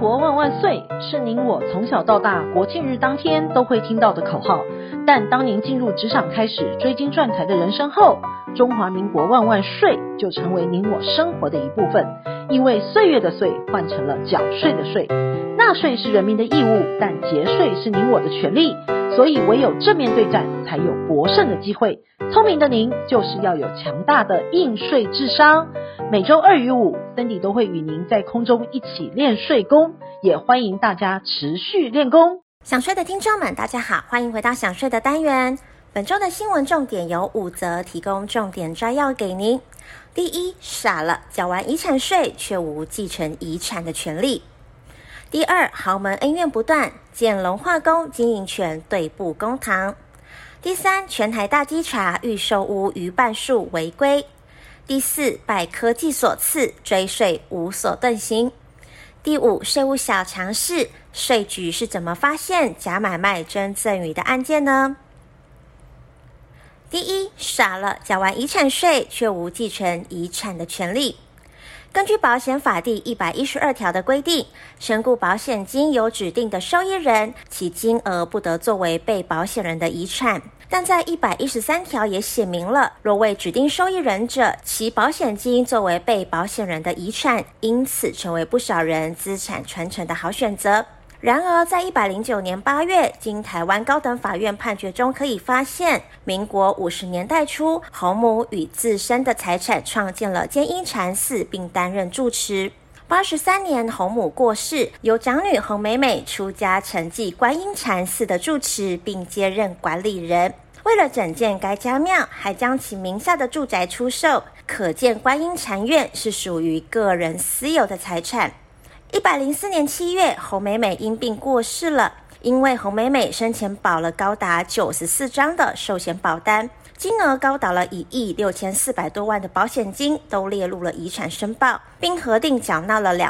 国万万岁是您我从小到大国庆日当天都会听到的口号，但当您进入职场开始追金赚财的人生后，中华民国万万岁就成为您我生活的一部分，因为岁月的岁换成了缴税的税。纳税是人民的义务，但节税是您我的权利，所以唯有正面对战才有博胜的机会。聪明的您就是要有强大的应税智商。每周2与5 Cindy 都会与您在空中一起练税功，也欢迎大家持续练功。 想睡的听众们大家好，欢迎回到想睡的单元。本周的新闻重点有5则，提供重点摘要给您。第一，傻了，缴完遗产税却无继承遗产的权利。第二，豪门恩怨不断，建龙化工经营权对簿公堂。第三，全台大稽查预售屋逾半数违规。第四，拜科技所赐，追税无所遁形。第五，税务小常识，税局是怎么发现假买卖真赠与的案件呢？第一，傻了，缴完遗产税却无继承遗产的权利。根据保险法第112条的规定，身故保险金由指定的受益人，其金额不得作为被保险人的遗产。但在113条也写明了，若为指定受益人者，其保险金作为被保险人的遗产，因此成为不少人资产传承的好选择。然而在109年8月，经台湾高等法院判决中可以发现，民国50年代初，侯母与自身的财产创建了监阴禅寺，并担任住持。83年侯母过世，由长女侯美美出家承继观音禅寺的住持，并接任管理人。为了整建该家庙，还将其名下的住宅出售，可见观音禅院是属于个人私有的财产。104年7月，侯美美因病过世了。因为侯美美生前保了高达94张的寿险保单，金额高达了1亿6400多万的保险金都列入了遗产申报，并核定缴纳了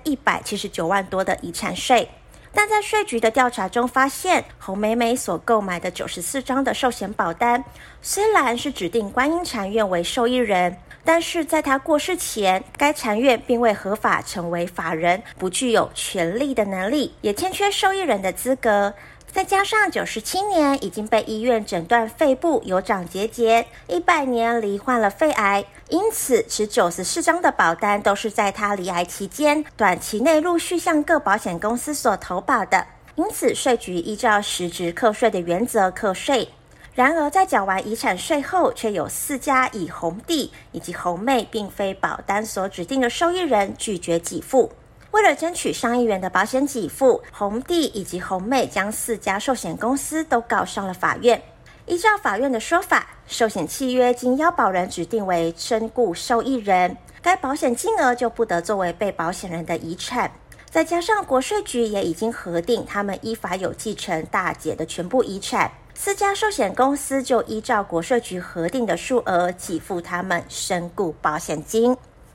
2179万多的遗产税。但在税局的调查中发现，侯美美所购买的94张的寿险保单，虽然是指定观音禅院为受益人，但是在他过世前，该禅院并未合法成为法人，不具有权利的能力，也欠缺受益人的资格。再加上97年已经被医院诊断肺部有长结节，100年罹患了肺癌，因此持94张的保单都是在他罹癌期间短期内陆续向各保险公司所投保的，因此税局依照实质课税的原则课税。然而在缴完遗产税后，却有4家以红弟以及红妹并非保单所指定的受益人拒绝给付。为了争取上亿元的保险给付，红弟以及红妹将4家寿险公司都告上了法院。依照法院的说法，寿险契约经要保人指定为身故受益人，该保险金额就不得作为被保险人的遗产。再加上国税局也已经核定他们依法有继承大姐的全部遗产，4家寿险公司就依照国税局核定的数额给付他们身故保险金。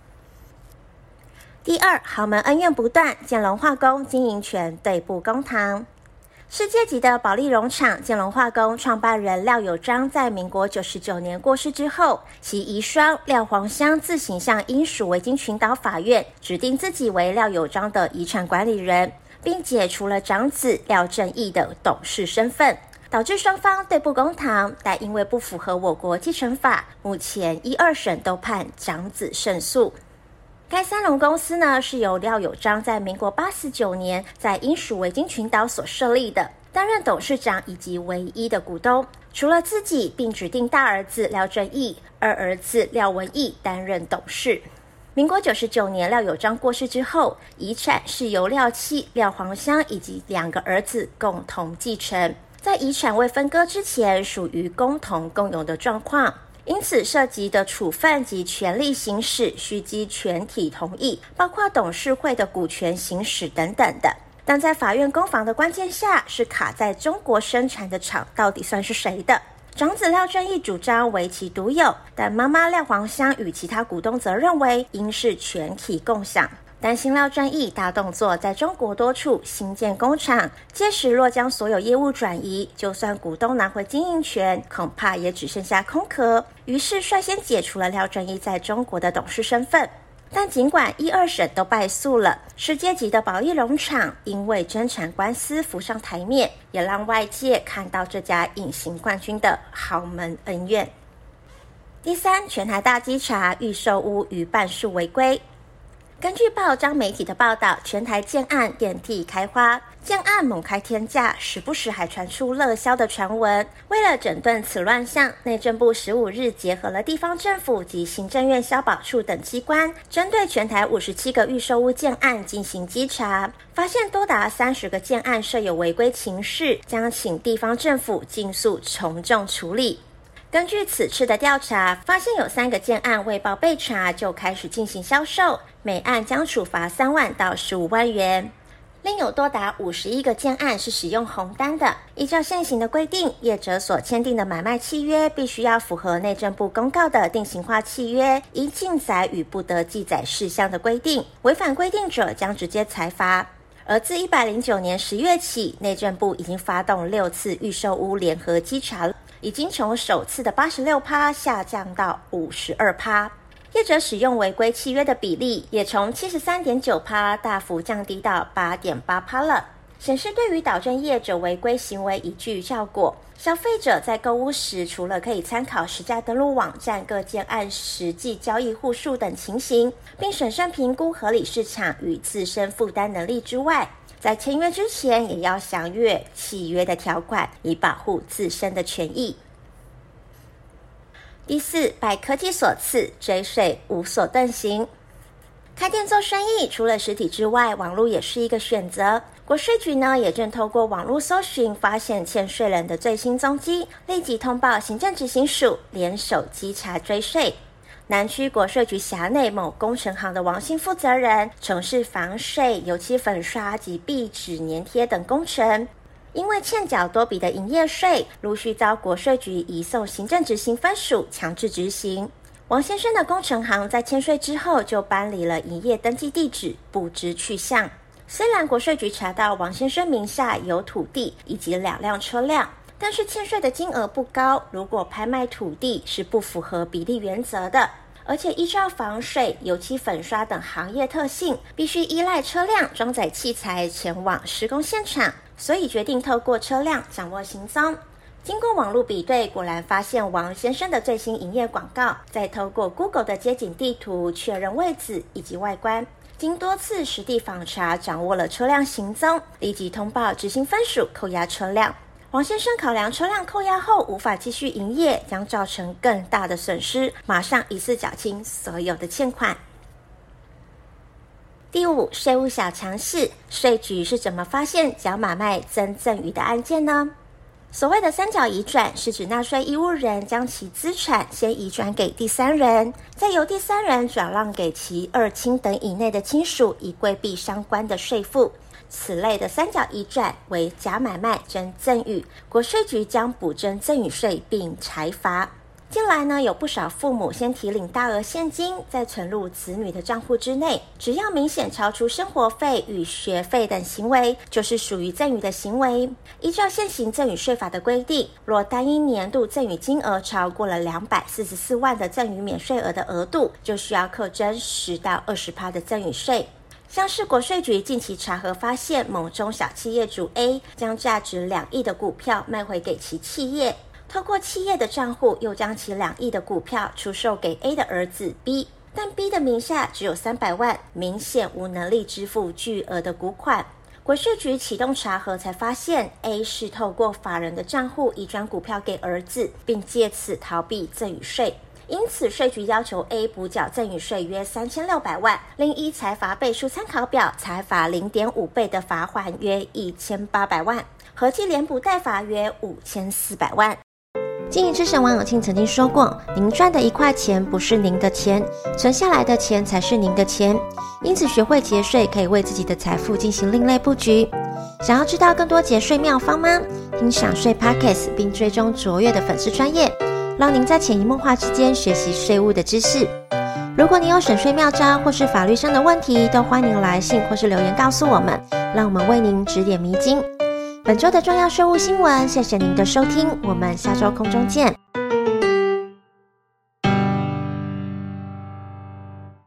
第二，豪门恩怨不断，建龙化工经营权对簿公堂。世界级的保利农场建龙化工创办人廖友章在民国99年过世之后，其遗孀廖黄香自行向英属维京群岛法院指定自己为廖友章的遗产管理人，并解除了长子廖正义的董事身份，导致双方对簿公堂，但因为不符合我国继承法，目前1、2审都判长子胜诉。该三龙公司呢，是由廖友章在民国89年在英属维京群岛所设立的，担任董事长以及唯一的股东，除了自己，并指定大儿子廖正义、二儿子廖文义担任董事。民国99年廖友章过世之后，遗产是由廖妻廖黄香以及2个儿子共同继承，在遗产未分割之前，属于共同共有的状况。因此涉及的处分及权利行使需经全体同意，包括董事会的股权行使等等的。但在法院攻防的关键下，是卡在中国生产的厂到底算是谁的。长子廖正义主张为其独有，但妈妈廖黄香与其他股东则认为应是全体共享。担心廖正义大动作在中国多处新建工厂，届时若将所有业务转移，就算股东拿回经营权，恐怕也只剩下空壳。于是率先解除了廖正义在中国的董事身份。 但尽管1、2审都败诉了，世界级的保利农场因为争产官司浮上台面，也让外界看到这家隐形冠军的豪门恩怨。第三，全台大稽查预售屋逾半数违规。根据报章媒体的报道，全台建案遍地开花，建案猛开天价，时不时还传出热销的传闻。为了整顿此乱象，内政部15日结合了地方政府及行政院消保处等机关，针对全台57个预售屋建案进行稽查，发现多达30个建案设有违规情事，将请地方政府尽速从重处理。根据此次的调查，发现有3个建案未报备查就开始进行销售，每案将处罚3万到15万元。另有多达51个建案是使用红单的，依照现行的规定，业者所签订的买卖契约必须要符合内政部公告的定型化契约应记载与不得记载事项的规定，违反规定者将直接裁罚。而自109年10月起，内政部已经发动6次预售屋联合稽查，已经从首次的86%下降到52%，业者使用违规契约的比例也从73.9%大幅降低到8.8%了，显示对于导正业者违规行为已具效果。消费者在购屋时，除了可以参考实价登录网站各建案实际交易户数等情形，并审慎评估合理市场与自身负担能力之外，在签约之前也要详阅契约的条款，以保护自身的权益。第四，拜科技所赐，追税无所遁形。开店做生意，除了实体之外，网络也是一个选择。国税局呢，也正透过网络搜寻，发现欠税人的最新踪迹，立即通报行政执行署，联手稽查追税。南区国税局辖内某工程行的王姓负责人，从事防水、油漆粉刷及壁纸粘贴等工程，因为欠缴多笔的营业税，陆续遭国税局移送行政执行分署强制执行。王先生的工程行在欠税之后就搬离了营业登记地址，不知去向。虽然国税局查到王先生名下有土地以及2辆车辆，但是欠税的金额不高，如果拍卖土地是不符合比例原则的，而且依照防水、油漆粉刷等行业特性，必须依赖车辆装载器材前往施工现场，所以决定透过车辆掌握行踪。经过网络比对，果然发现王先生的最新营业广告，再透过 Google 的街景地图确认位置以及外观，经多次实地访查，掌握了车辆行踪，立即通报执行分署扣押车辆。王先生考量车辆扣押后无法继续营业，将造成更大的损失，马上一次缴清所有的欠款。第五，税务小常识，税局是怎么发现假买卖真赠与的案件呢？所谓的三角移转，是指纳税义务人将其资产先移转给第三人，再由第三人转让给其2亲等以内的亲属，以规避相关的税负。此类的三角移转为假买卖真赠与，国税局将补征赠与税并裁罚。近来呢，有不少父母先提领大额现金，再存入子女的账户之内，只要明显超出生活费与学费等行为，就是属于赠与的行为。依照现行赠与税法的规定，若单一年度赠与金额超过了244万的赠与免税额的额度，就需要课征10到20%的赠与税。像是国税局近期查核发现，某中小企业主 A 将价值2亿的股票卖回给其企业，透过企业的账户又将其2亿的股票出售给 A 的儿子 B， 但 B 的名下只有300万，明显无能力支付巨额的股款。国税局启动查核才发现 A 是透过法人的账户移转股票给儿子，并借此逃避赠与税。因此税局要求 A 补缴赠与税约3600万，另依财罚倍数参考表裁罚 0.5 倍的罚款约1800万，合计连补代罚约5400万。经营之神王永庆曾经说过，您赚的1块钱不是您的钱，存下来的钱才是您的钱。因此学会节税可以为自己的财富进行另类布局。想要知道更多节税妙方吗？听享税 Podcast 并追踪卓越的粉丝专页，让您在潜移默化之间学习税务的知识。如果你有省税妙招或是法律上的问题，都欢迎来信或是留言告诉我们，让我们为您指点迷津。本周的重要税务新闻，谢谢您的收听，我们下周空中见。